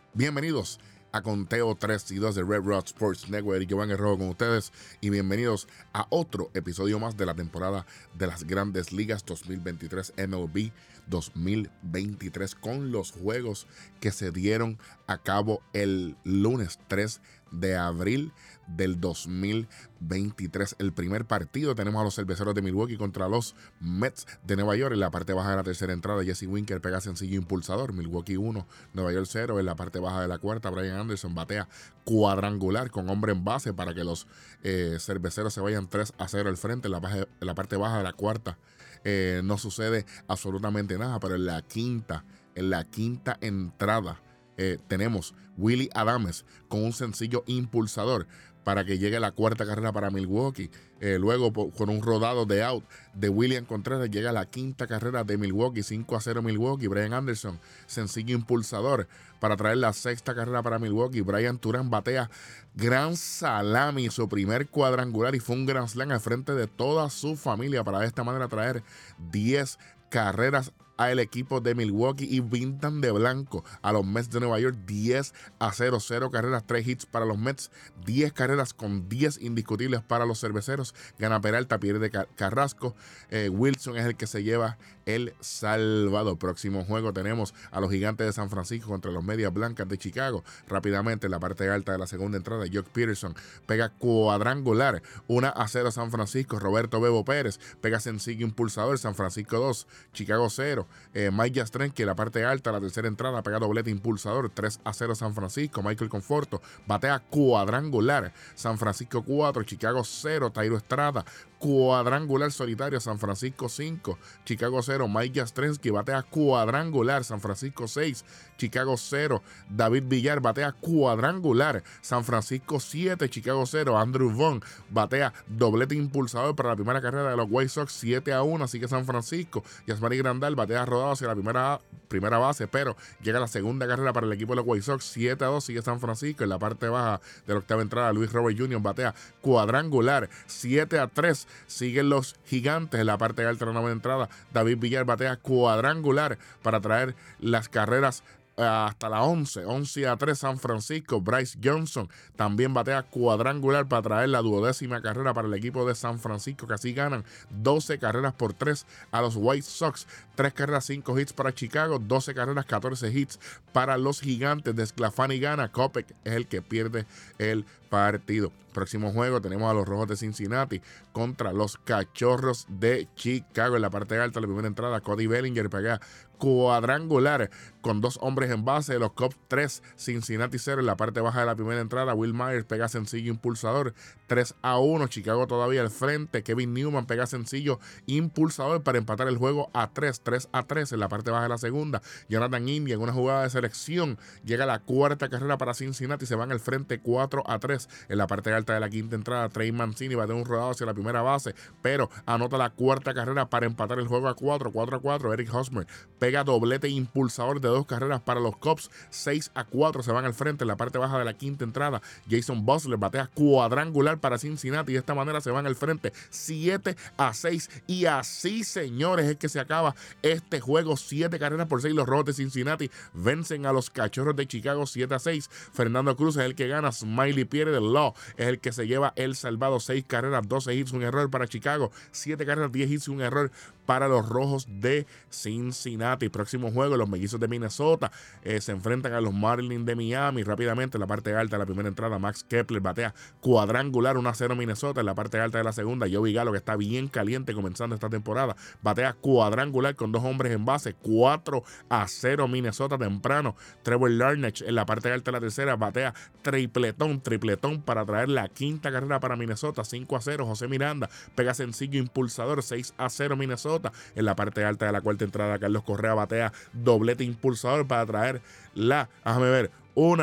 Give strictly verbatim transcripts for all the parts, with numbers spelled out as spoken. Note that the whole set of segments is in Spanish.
Bienvenidos a Conteo tres y dos de Red Rock Sports Network y Giovanni Rojo con ustedes y bienvenidos a otro episodio más de la temporada de las Grandes Ligas dos mil veintitrés M L B dos mil veintitrés con los juegos que se dieron a cabo el lunes tres de abril del dos mil veintitrés. El primer partido tenemos a los Cerveceros de Milwaukee contra los Mets de Nueva York. En la parte baja de la tercera entrada, Jesse Winker pega sencillo impulsador. Milwaukee uno, Nueva York cero. En la parte baja de la cuarta, Brian Anderson batea cuadrangular con hombre en base para que los eh, Cerveceros se vayan tres a cero al frente. En la, baja, en la parte baja de la cuarta eh, no sucede absolutamente nada, pero en la quinta, en la quinta entrada, Eh, tenemos Willy Adames con un sencillo impulsador para que llegue la cuarta carrera para Milwaukee. Eh, luego, por, con un rodado de out de William Contreras, llega la quinta carrera de Milwaukee, cinco a cero Milwaukee. Brian Anderson, sencillo impulsador para traer la sexta carrera para Milwaukee. Brian Turán batea gran salami, su primer cuadrangular, y fue un grand slam al frente de toda su familia para de esta manera traer diez carreras al equipo de Milwaukee y pintan de blanco a los Mets de Nueva York diez a cero, cero carreras, tres hits para los Mets, diez carreras con diez indiscutibles para los Cerveceros. Gana Peralta, pierde Carrasco, eh, Wilson es el que se lleva el salvado. Próximo juego tenemos a los Gigantes de San Francisco contra los Medias Blancas de Chicago. Rápidamente en la parte alta de la segunda entrada, Jock Peterson pega cuadrangular, uno a cero San Francisco. Roberto Bebo Pérez pega sencillo impulsador, San Francisco dos, Chicago cero. Eh, Mike Yastrzemski en la parte alta, la tercera entrada, pega doblete impulsador, tres a cero San Francisco. Michael Conforto batea cuadrangular, San Francisco cuatro, Chicago cero. Thairo Estrada cuadrangular solitario, San Francisco cinco, Chicago cero. Mike Yastrzemski batea cuadrangular, San Francisco seis, Chicago cero. David Villar batea cuadrangular, San Francisco siete, Chicago cero. Andrew Vaughn batea doblete impulsador para la primera carrera de los White Sox, siete a uno, así que San Francisco. Yasmani Grandal batea rodado hacia la primera, primera base, pero llega la segunda carrera para el equipo de los White Sox, siete a dos, sigue San Francisco. En la parte baja de la octava entrada, Luis Robert junior batea cuadrangular, siete a tres, siguen los Gigantes. En la parte alta de la novena entrada, David Villar batea cuadrangular para traer las carreras hasta la once, once a tres San Francisco. Bryce Johnson también batea cuadrangular para traer la duodécima carrera para el equipo de San Francisco, que así ganan doce carreras por tres a los White Sox. tres carreras, cinco hits para Chicago, doce carreras, catorce hits para los Gigantes. Desclafani gana, Kopech es el que pierde el partido. Próximo juego tenemos a los Rojos de Cincinnati contra los Cachorros de Chicago. En la parte alta de la primera entrada, Cody Bellinger pega cuadrangular con dos hombres en base. Los Cubs tres, Cincinnati cero. En la parte baja de la primera entrada, Will Myers pega sencillo impulsador, tres a uno. Chicago todavía al frente. Kevin Newman pega sencillo impulsador para empatar el juego a tres, tres a tres. En la parte baja de la segunda, Jonathan India en una jugada de selección llega a la cuarta carrera para Cincinnati, se van al frente cuatro a tres. En la parte alta de la quinta entrada, Trey Mancini va a tener un rodado hacia la primera base, pero anota la cuarta carrera para empatar el juego a cuatro, cuatro a cuatro. Eric Hosmer pega doblete impulsador de dos carreras para los Cubs, seis a cuatro, se van al frente. En la parte baja de la quinta entrada, Jason Butler batea cuadrangular para Cincinnati y de esta manera se van al frente siete a seis. Y así, señores, es que se acaba este juego, siete carreras por seis. Los Rojos de Cincinnati vencen a los Cachorros de Chicago siete a seis. Fernando Cruz es el que gana, Smiley Pierre del Law es el que se lleva el salvado, seis carreras, doce hits, un error para Chicago, siete carreras, diez hits, un error para los Rojos de Cincinnati. Próximo juego, los Mellizos de Minnesota eh, se enfrentan a los Marlins de Miami. Rápidamente, en la parte alta de la primera entrada, Max Kepler batea cuadrangular, uno a cero Minnesota. En la parte alta de la segunda, Joey Gallo, que está bien caliente comenzando esta temporada, batea cuadrangular con dos hombres en base, cuatro a cero Minnesota temprano. Trevor Larnach en la parte alta de la tercera batea tripletón, tripletón para traer la quinta carrera para Minnesota, cinco a cero. José Miranda pega sencillo impulsador, seis a cero Minnesota. En la parte alta de la cuarta entrada, Carlos Correa batea doblete impulsador para traer la, déjame ver, una,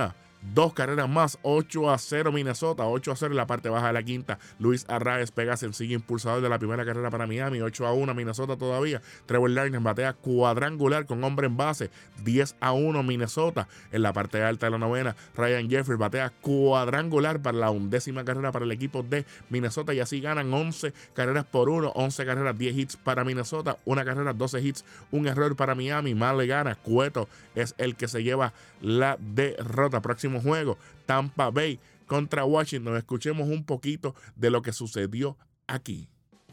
dos carreras más, ocho a cero Minnesota, ocho a cero en la parte baja de la quinta. Luis Arraez pega sencillo impulsador de la primera carrera para Miami, ocho a uno Minnesota todavía. Trevor Larnach batea cuadrangular con hombre en base, diez a uno Minnesota. En la parte alta de la novena, Ryan Jeffers batea cuadrangular para la undécima carrera para el equipo de Minnesota y así ganan once carreras por uno, once carreras, diez hits para Minnesota, una carrera, doce hits, un error para Miami. Más le gana, Cueto es el que se lleva la derrota. Próximo juego, Tampa Bay contra Washington. Escuchemos un poquito de lo que sucedió aquí.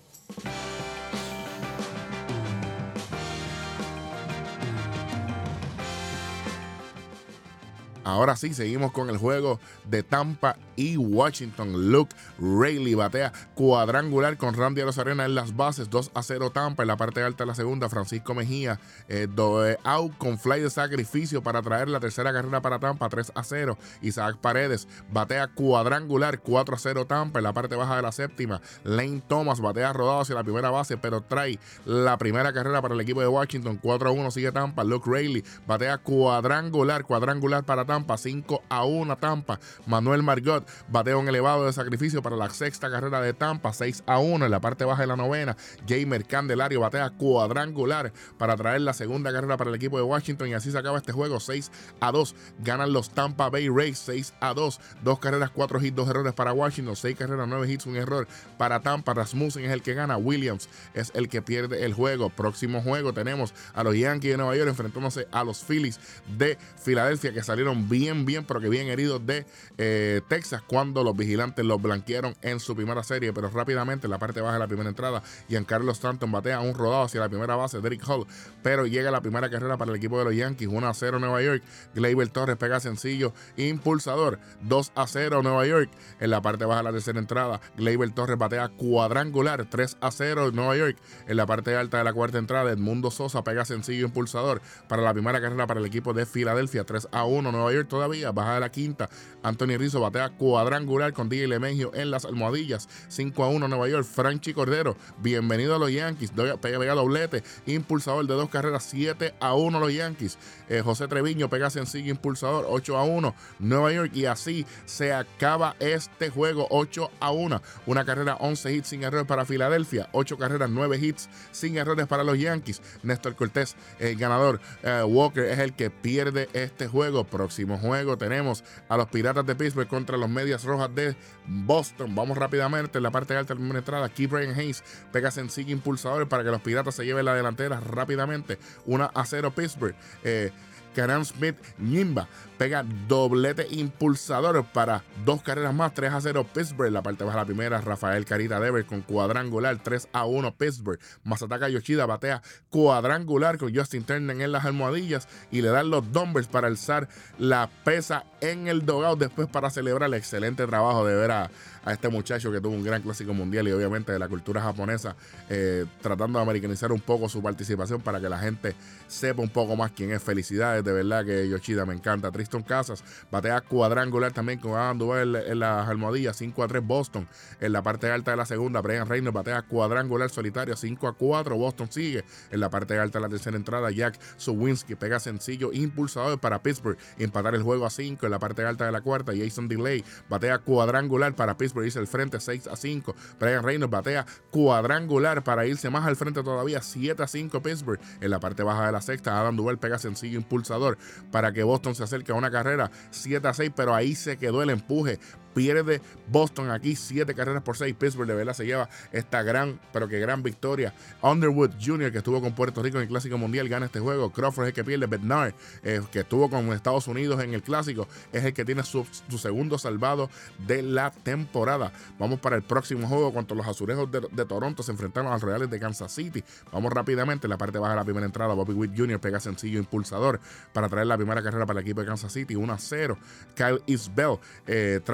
Ahora sí, seguimos con el juego de Tampa y Washington. Luke Raley batea cuadrangular con Randy Arozarena en las bases, dos a cero Tampa. En la parte alta de la segunda, Francisco Mejía eh, do, eh, out con fly de sacrificio para traer la tercera carrera para Tampa, tres a cero. Isaac Paredes batea cuadrangular, cuatro a cero Tampa. En la parte baja de la séptima, Lane Thomas batea rodado hacia la primera base, pero trae la primera carrera para el equipo de Washington, cuatro a uno sigue Tampa. Luke Raley batea cuadrangular, cuadrangular para Tampa, cinco a uno Tampa. Manuel Margot batea un elevado de sacrificio para la sexta carrera de Tampa, seis a uno. En la parte baja de la novena, Jeimer Candelario batea cuadrangular para traer la segunda carrera para el equipo de Washington y así se acaba este juego, seis a dos. Ganan los Tampa Bay Rays, seis a dos. Dos carreras, cuatro hits, dos errores para Washington, seis carreras, nueve hits, un error para Tampa. Rasmussen es el que gana, Williams es el que pierde el juego. Próximo juego tenemos a los Yankees de Nueva York enfrentándose a los Phillies de Filadelfia, que salieron bien, bien, pero que bien heridos de eh, Texas cuando los vigilantes los blanquearon en su primera serie, pero rápidamente en la parte baja de la primera entrada, Giancarlo Stanton batea un rodado hacia la primera base, Derek Hall, pero llega la primera carrera para el equipo de los Yankees, uno a cero Nueva York. Gleyber Torres pega sencillo impulsador, dos a cero Nueva York. En la parte baja de la tercera entrada, Gleyber Torres batea cuadrangular, tres a cero Nueva York. En la parte alta de la cuarta entrada, Edmundo Sosa pega sencillo impulsador para la primera carrera para el equipo de Filadelfia, tres a uno Nueva York todavía. Baja de la quinta, Anthony Rizzo batea cuadrangular con D J LeMahieu en las almohadillas, cinco a uno Nueva York. Franchi Cordero, bienvenido a los Yankees, pega, pega doblete, impulsador de dos carreras, siete a uno los Yankees. Eh, José Treviño pega sencillo impulsador, ocho a uno Nueva York y así se acaba este juego, ocho a uno. Una carrera, once hits sin errores para Filadelfia, ocho carreras, nueve hits sin errores para los Yankees. Néstor Cortés, el ganador. eh, Walker es el que pierde este juego. Próximo juego tenemos a los Piratas de Pittsburgh contra los Medias Rojas de Boston. Vamos rápidamente en la parte alta de la primera entrada. Aquí Brian Hayes pega sencillo impulsador para que los Piratas se lleven la delantera rápidamente, uno a cero Pittsburgh. eh, Karen Smith Ñimba pega doblete impulsador para dos carreras más, tres a cero Pittsburgh. En la parte baja de la primera, Rafael Carita Devers con cuadrangular, tres a uno Pittsburgh. Masataka Yoshida batea cuadrangular con Justin Turner en las almohadillas y le dan los dumbbells para alzar la pesa en el dugout después para celebrar el excelente trabajo de ver a, a este muchacho que tuvo un gran clásico mundial y obviamente de la cultura japonesa, eh, tratando de americanizar un poco su participación para que la gente sepa un poco más quién es. Felicidades, de verdad que Yoshida me encanta. Tristan Casas batea cuadrangular también con Adam Duvall en, en las almohadillas, cinco a tres Boston. En la parte alta de la segunda, Brian Reynolds batea cuadrangular solitario, cinco a cuatro Boston sigue. En la parte alta de la tercera entrada, Jack Suwinski pega sencillo impulsador para Pittsburgh, empatar el juego a cinco. En la parte alta de la cuarta, Jason Delay batea cuadrangular para Pittsburgh, irse al frente, seis a cinco. Brian Reynolds batea cuadrangular para irse más al frente todavía, siete a cinco Pittsburgh. En la parte baja de la sexta, Adam Duvall pega sencillo impulsador para que Boston se acerque a una carrera, siete a seis, pero ahí se quedó el empuje. Pierde Boston aquí, siete carreras por seis. Pittsburgh de verdad se lleva esta gran, pero que gran victoria. Underwood junior, que estuvo con Puerto Rico en el Clásico Mundial, gana este juego. Crawford es el que pierde. Bednar, eh, que estuvo con Estados Unidos en el Clásico, es el que tiene su, su segundo salvado de la temporada. Vamos para el próximo juego contra los Azulejos de, de Toronto. Se enfrentaron a los Reales de Kansas City. Vamos rápidamente. En la parte baja de la primera entrada, Bobby Witt junior pega sencillo impulsador para traer la primera carrera para el equipo de Kansas City, uno a cero. Kyle Isbell eh, trae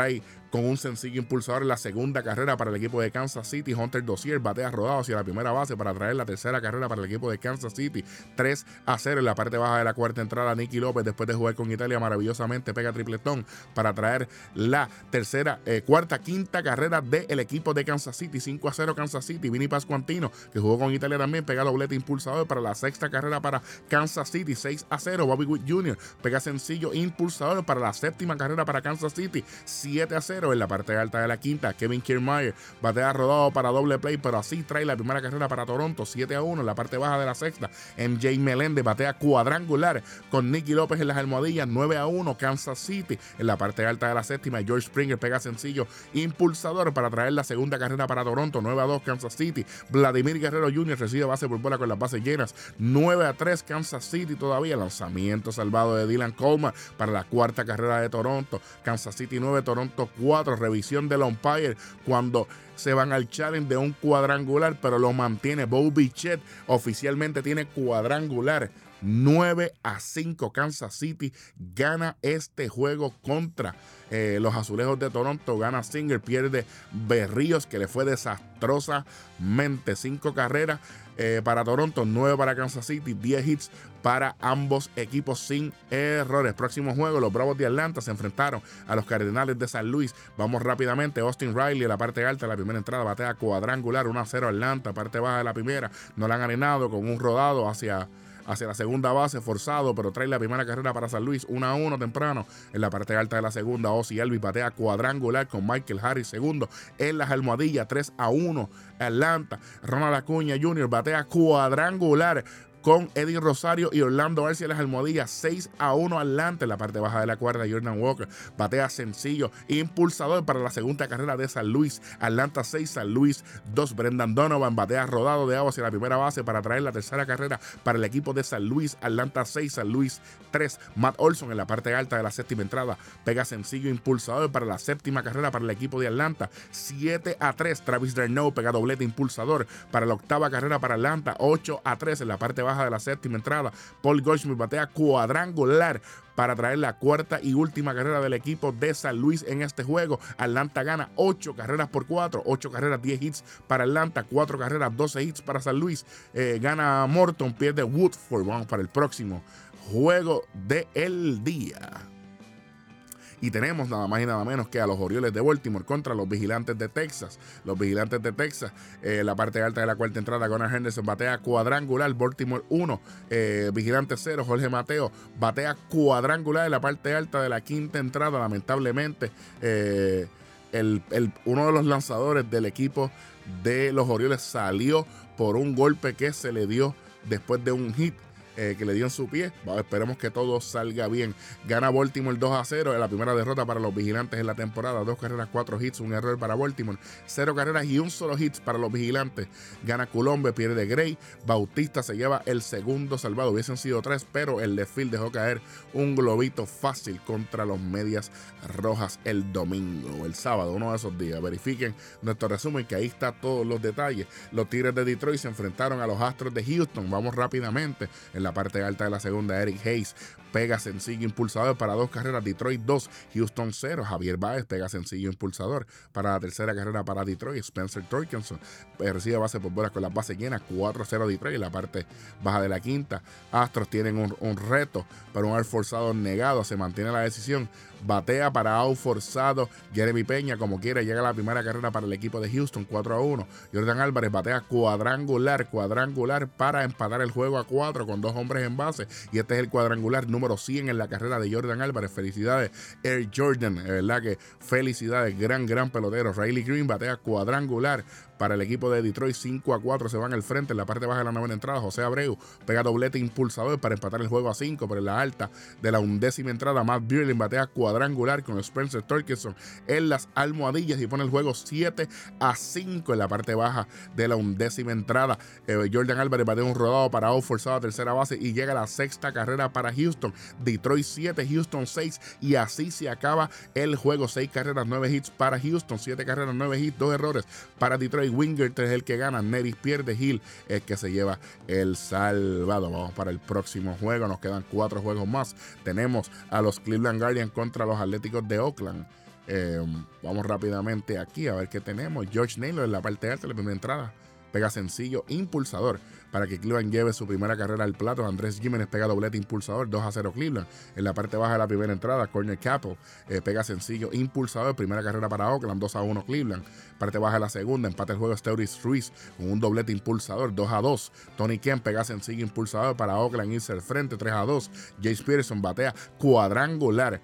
con un sencillo impulsador en la segunda carrera para el equipo de Kansas City. Hunter Dozier batea rodado hacia la primera base para traer la tercera carrera para el equipo de Kansas City. tres a cero en la parte baja de la cuarta entrada. Nicky López, después de jugar con Italia maravillosamente, pega tripletón para traer la tercera, eh, cuarta, quinta carrera del equipo de Kansas City. cinco a cero Kansas City. Vinny Pascuantino, que jugó con Italia también, pega doblete impulsador para la sexta carrera para Kansas City. seis a cero. Bobby Witt junior pega sencillo impulsador para la séptima carrera para Kansas City. siete a cero en la parte alta de la quinta. Kevin Kiermaier batea rodado para doble play, pero así trae la primera carrera para Toronto. siete a uno en la parte baja de la sexta. M J Meléndez batea cuadrangular con Nicky López en las almohadillas. nueve a uno Kansas City en la parte alta de la séptima. George Springer pega sencillo impulsador para traer la segunda carrera para Toronto. nueve a dos Kansas City. Vladimir Guerrero junior recibe base por bola con las bases llenas. nueve a tres Kansas City todavía. Lanzamiento salvado de Dylan Coleman para la cuarta carrera de Toronto. Kansas City nueve, Toronto cuatro. Revisión del umpire cuando se van al challenge de un cuadrangular, pero lo mantiene. Bo Bichette oficialmente tiene cuadrangular. nueve a cinco Kansas City gana este juego contra eh, los Azulejos de Toronto. Gana Singer, pierde Berríos, que le fue desastrosamente. cinco carreras eh, para Toronto, nueve para Kansas City, diez hits para ambos equipos sin errores. Próximo juego, los Bravos de Atlanta se enfrentaron a los Cardenales de San Luis. Vamos rápidamente. Austin Riley en la parte alta de la primera entrada batea cuadrangular. uno a cero Atlanta. Parte baja de la primera, no la han arenado con un rodado hacia hacia la segunda base, forzado, pero trae la primera carrera para San Luis. uno a uno temprano en la parte alta de la segunda. Ozzy Albies batea cuadrangular con Michael Harris segundo en las almohadillas. tres a uno Atlanta. Ronald Acuña junior batea cuadrangular con Eddie Rosario y Orlando Arcia en las almohadillas. seis a uno Atlanta. En la parte baja de la cuarta, Jordan Walker batea sencillo impulsador para la segunda carrera de San Luis. Atlanta seis, San Luis dos. Brendan Donovan batea rodado de agua hacia la primera base para traer la tercera carrera para el equipo de San Luis. Atlanta seis, San Luis tres. Matt Olson en la parte alta de la séptima entrada pega sencillo impulsador para la séptima carrera para el equipo de Atlanta. siete a tres. Travis d'Arnaud pega doblete impulsador para la octava carrera para Atlanta. ocho a tres en la parte baja de la séptima entrada. Paul Goldschmidt batea cuadrangular para traer la cuarta y última carrera del equipo de San Luis en este juego. Atlanta gana ocho carreras por cuatro, ocho carreras, diez hits para Atlanta, cuatro carreras, doce hits para San Luis. Eh, gana Morton, pierde Woodford. Vamos para el próximo juego del día. Y tenemos nada más y nada menos que a los Orioles de Baltimore contra los Vigilantes de Texas. Los Vigilantes de Texas, eh, la parte alta de la cuarta entrada, Gunnar Henderson batea cuadrangular. Baltimore uno, eh, Vigilantes cero. Jorge Mateo batea cuadrangular en la parte alta de la quinta entrada. Lamentablemente, eh, el, el, uno de los lanzadores del equipo de los Orioles salió por un golpe que se le dio después de un hit Eh, que le dio en su pie. Bueno, esperemos que todo salga bien. Gana Baltimore dos a cero en la primera derrota para los Vigilantes en la temporada. Dos carreras, cuatro hits, un error para Baltimore. Cero carreras y un solo hits para los Vigilantes. Gana Colombe, pierde Gray. Bautista se lleva el segundo salvado. Hubiesen sido tres, pero el left field dejó caer un globito fácil contra los Medias Rojas el domingo o el sábado, uno de esos días. Verifiquen nuestro resumen, que ahí está todos los detalles. Los Tigres de Detroit se enfrentaron a los Astros de Houston. Vamos rápidamente. En la parte alta de la segunda, Eric Hayes pega sencillo impulsador para dos carreras, Detroit dos, Houston cero. Javier Baez pega sencillo impulsador para la tercera carrera para Detroit. Spencer Torkelson recibe base por bolas con las bases llenas, cuatro a cero Detroit. En la parte baja de la quinta, Astros tienen un, un reto para un out forzado negado. Se mantiene la decisión. Batea para out forzado Jeremy Peña, como quiera, llega la primera carrera para el equipo de Houston, cuatro a uno. Jordan Álvarez batea cuadrangular, cuadrangular para empatar el juego a cuatro con dos hombres en base. Y este es el cuadrangular número cien en la carrera de Jordan Álvarez. Felicidades, Air Jordan, de verdad que felicidades, gran, gran pelotero. Riley Green batea cuadrangular para el equipo de Detroit, cinco a cuatro se van al frente. En la parte baja de la novena entrada, José Abreu pega doblete impulsador para empatar el juego a cinco. Pero en la alta de la undécima entrada, Matt Buehrle batea cuadrangular con Spencer Torkelson en las almohadillas y pone el juego siete a cinco. En la parte baja de la undécima entrada, eh, Jordan Álvarez batea un rodado para out forzado a tercera base y llega la sexta carrera para Houston. Detroit siete, Houston seis, y así se acaba el juego. seis carreras, nueve hits para Houston, siete carreras, nueve hits, dos errores para Detroit. Wingert es el que gana, Neris pierde, Hill es que se lleva el salvado. Vamos para el próximo juego, nos quedan cuatro juegos más. Tenemos a los Cleveland Guardians contra los Atléticos de Oakland. Eh, vamos rápidamente aquí a ver qué tenemos. George Naylor en la parte alta, la primera entrada, pega sencillo, impulsador para que Cleveland lleve su primera carrera al plato. Andrés Giménez pega doblete, impulsador, dos a cero Cleveland. En la parte baja de la primera entrada, Corner Capel eh, pega sencillo, impulsador, primera carrera para Oakland, dos a uno Cleveland. Parte baja de la segunda, empate el juego Esteuris Ruiz con un doblete impulsador, dos a dos. Tony Kemp pega sencillo, impulsador para Oakland, irse al frente, tres a dos. Jace Peterson batea cuadrangular.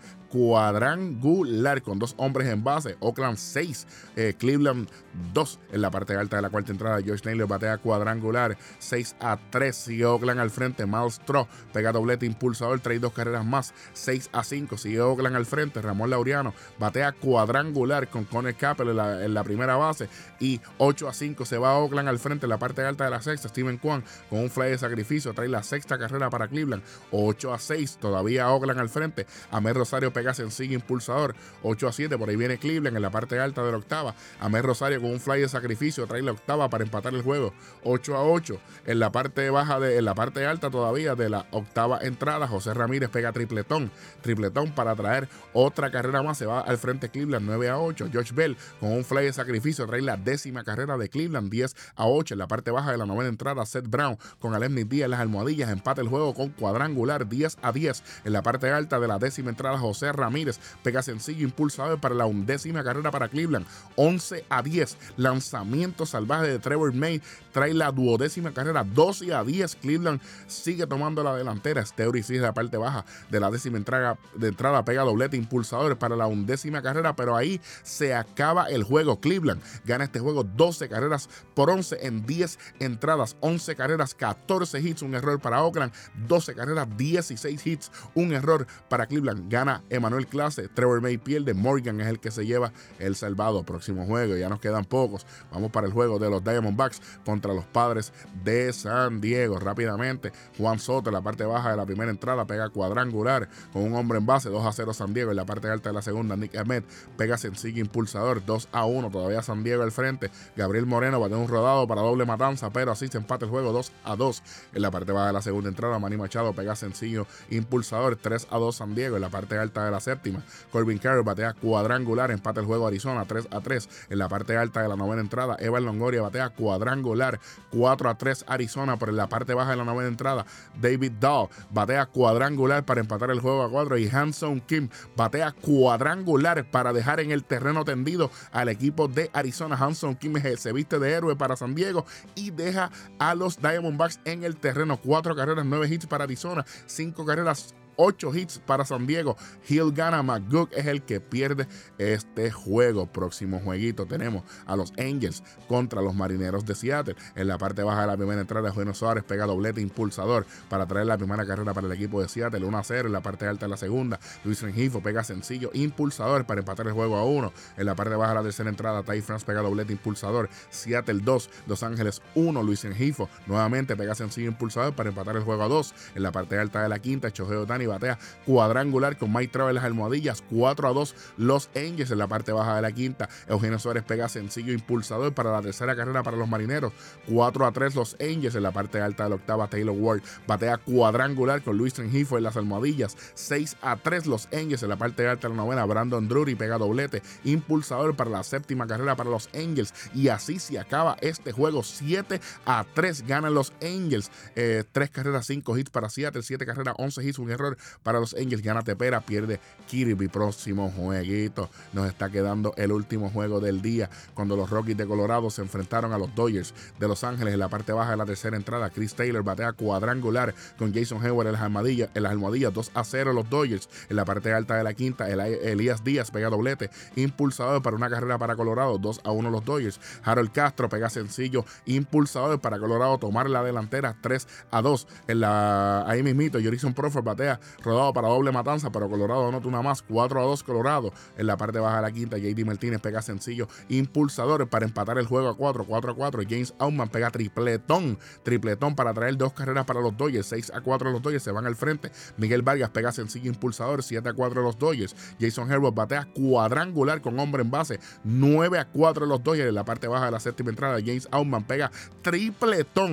Cuadrangular con dos hombres en base. Oakland seis, eh, Cleveland dos. En la parte alta de la cuarta entrada, George Naylor batea cuadrangular, seis a tres. Sigue Oakland al frente. Miles Straw pega doblete impulsador, trae dos carreras más, seis a cinco. Sigue Oakland al frente. Ramón Laureano batea cuadrangular con Corner Capel en la, en la primera base, y ocho a cinco. Se va Oakland al frente. En la parte alta de la sexta, Steven Kwan con un fly de sacrificio trae la sexta carrera para Cleveland, ocho a seis. Todavía Oakland al frente. Amel Rosario pega sencillo, impulsador, ocho a siete. Por ahí viene Cleveland en la parte alta de la octava. Amel Rosario con un fly de sacrificio trae la octava para empatar el juego, ocho a ocho. En la parte baja de, en la parte alta todavía de la octava entrada, José Ramírez pega tripletón, tripletón para traer otra carrera más. Se va al frente Cleveland, nueve a ocho. George Bell con un fly de sacrificio trae la décima carrera de Cleveland, diez a ocho. En la parte baja de la novena entrada, Seth Brown con Alemny Díaz en las almohadillas empata el juego con cuadrangular, diez a diez. En la parte alta de la décima entrada, José Ramírez pega sencillo, impulsador para la undécima carrera para Cleveland, once a diez. Lanzamiento salvaje de Trevor May trae la duodécima carrera, doce a diez. Cleveland sigue tomando la delantera. Esteuris de la parte baja de la décima entrada, de entrada pega doblete impulsador para la undécima carrera, pero ahí se acaba el juego. Cleveland gana este juego doce carreras por once en diez entradas, once carreras, catorce hits, un error para Oakland, doce carreras, dieciséis hits, un error para Cleveland. Gana Emmanuel Clase, Trevor May pierde, Morgan es el que se lleva el salvado. Próximo juego, ya nos quedan pocos. Vamos para el juego de los Diamondbacks contra los Padres de San Diego. Rápidamente, Juan Soto en la parte baja de la primera entrada pega cuadrangular con un hombre en base, dos a cero San Diego. En la parte alta de la segunda, Nick Ahmed pega sencillo, impulsador, dos a uno. Todavía San Diego al frente. Gabriel Moreno va a tener un rodado para doble matanza, pero así se empata el juego, dos a dos. En la parte baja de la segunda entrada, Manny Machado pega sencillo, impulsador, tres a dos San Diego. En la parte alta de la séptima, Corbin Carroll batea cuadrangular, empata el juego Arizona, tres a tres. En la parte alta de la novena entrada, Evan Longoria batea cuadrangular, cuatro a tres Arizona. Por en la parte baja de la novena entrada, David Dahl batea cuadrangular para empatar el juego a cuatro, y Han-Seong Kim batea cuadrangular para dejar en el terreno tendido al equipo de Arizona. Han-Seong Kim se viste de héroe para San Diego y deja a los Diamondbacks en el terreno. Cuatro carreras, nueve hits para Arizona, cinco carreras, ocho hits para San Diego. Hill gana, McGook es el que pierde este juego. Próximo jueguito tenemos a los Angels contra los Marineros de Seattle. En la parte baja de la primera entrada, Eugenio Suárez pega doblete impulsador para traer la primera carrera para el equipo de Seattle, uno a cero. En la parte alta de la segunda, Luis Rengifo pega sencillo, impulsador para empatar el juego a uno. En la parte baja de la tercera entrada, Ty France pega doblete impulsador, Seattle dos, Los Ángeles uno. Luis Rengifo nuevamente pega sencillo, impulsador para empatar el juego a dos. En la parte alta de la quinta, Shohei Ohtani batea cuadrangular con Mike Trout en las almohadillas, cuatro a dos Los Angels. En la parte baja de la quinta, Eugenio Suárez pega sencillo, impulsador para la tercera carrera para los Marineros, cuatro a tres Los Angels. En la parte alta de la octava, Taylor Ward batea cuadrangular con Luis Rengifo en las almohadillas, seis a tres Los Angels. En la parte alta de la novena, Brandon Drury pega doblete impulsador para la séptima carrera para los Angels, y así se acaba este juego, siete a tres ganan los Angels. eh, tres carreras, cinco hits para Seattle, siete carreras, once hits, un error para los Angels. Gana Tepera, pierde Kirby. Próximo jueguito, nos está quedando el último juego del día, cuando los Rockies de Colorado se enfrentaron a los Dodgers de Los Ángeles. En la parte baja de la tercera entrada, Chris Taylor batea cuadrangular con Jason Hayward en las almohadillas, en las almohadillas, dos a cero los Dodgers. En la parte alta de la quinta, Elías Díaz pega doblete impulsador para una carrera para Colorado, dos a uno los Dodgers. Harold Castro pega sencillo, impulsador para Colorado tomar la delantera, tres a dos. En la, ahí mismito, Jorison Crawford batea rodado para doble matanza, pero Colorado anota una más, cuatro a dos Colorado. En la parte baja de la quinta, J D Martínez pega sencillo, impulsador para empatar el juego a cuatro, cuatro a cuatro. James Outman pega tripletón, tripletón para traer dos carreras para los Dodgers, seis a cuatro los Dodgers, se van al frente. Miguel Vargas pega sencillo, impulsador, siete a cuatro los Dodgers. Jason Herbert batea cuadrangular con hombre en base, nueve a cuatro los Dodgers. En la parte baja de la séptima entrada, James Outman pega tripletón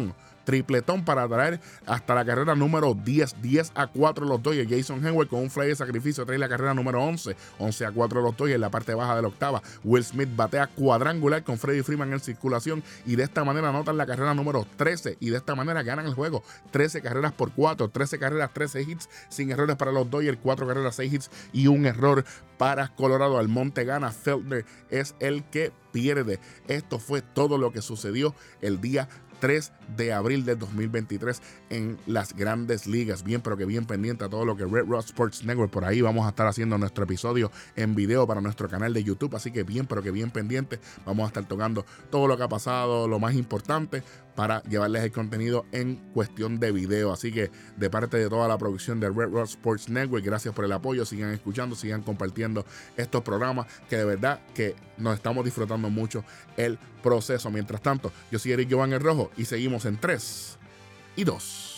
tripletón para traer hasta la carrera número diez, diez a cuatro los Dodgers. Jason Heyward con un fly de sacrificio trae la carrera número once, once a cuatro los Dodgers en la parte baja de la octava. Will Smith batea cuadrangular con Freddie Freeman en circulación y de esta manera anotan la carrera número trece y de esta manera ganan el juego. trece carreras por cuatro, trece carreras, trece hits sin errores para los Dodgers, cuatro carreras, seis hits y un error para Colorado. Almonte gana, Feltner es el que pierde. Esto fue todo lo que sucedió el día tres de abril del dos mil veintitrés en las Grandes Ligas. Bien, pero que bien pendiente a todo lo que Red Rod Sports Network. Por ahí vamos a estar haciendo nuestro episodio en video para nuestro canal de YouTube. Así que bien, pero que bien pendiente. Vamos a estar tocando todo lo que ha pasado, lo más importante, para llevarles el contenido en cuestión de video. Así que de parte de toda la producción de Red Rod Sports Network, gracias por el apoyo. Sigan escuchando, sigan compartiendo estos programas, que de verdad que nos estamos disfrutando mucho el proceso. Mientras tanto, yo soy Eric Giovanni el Rojo y seguimos en tres y dos.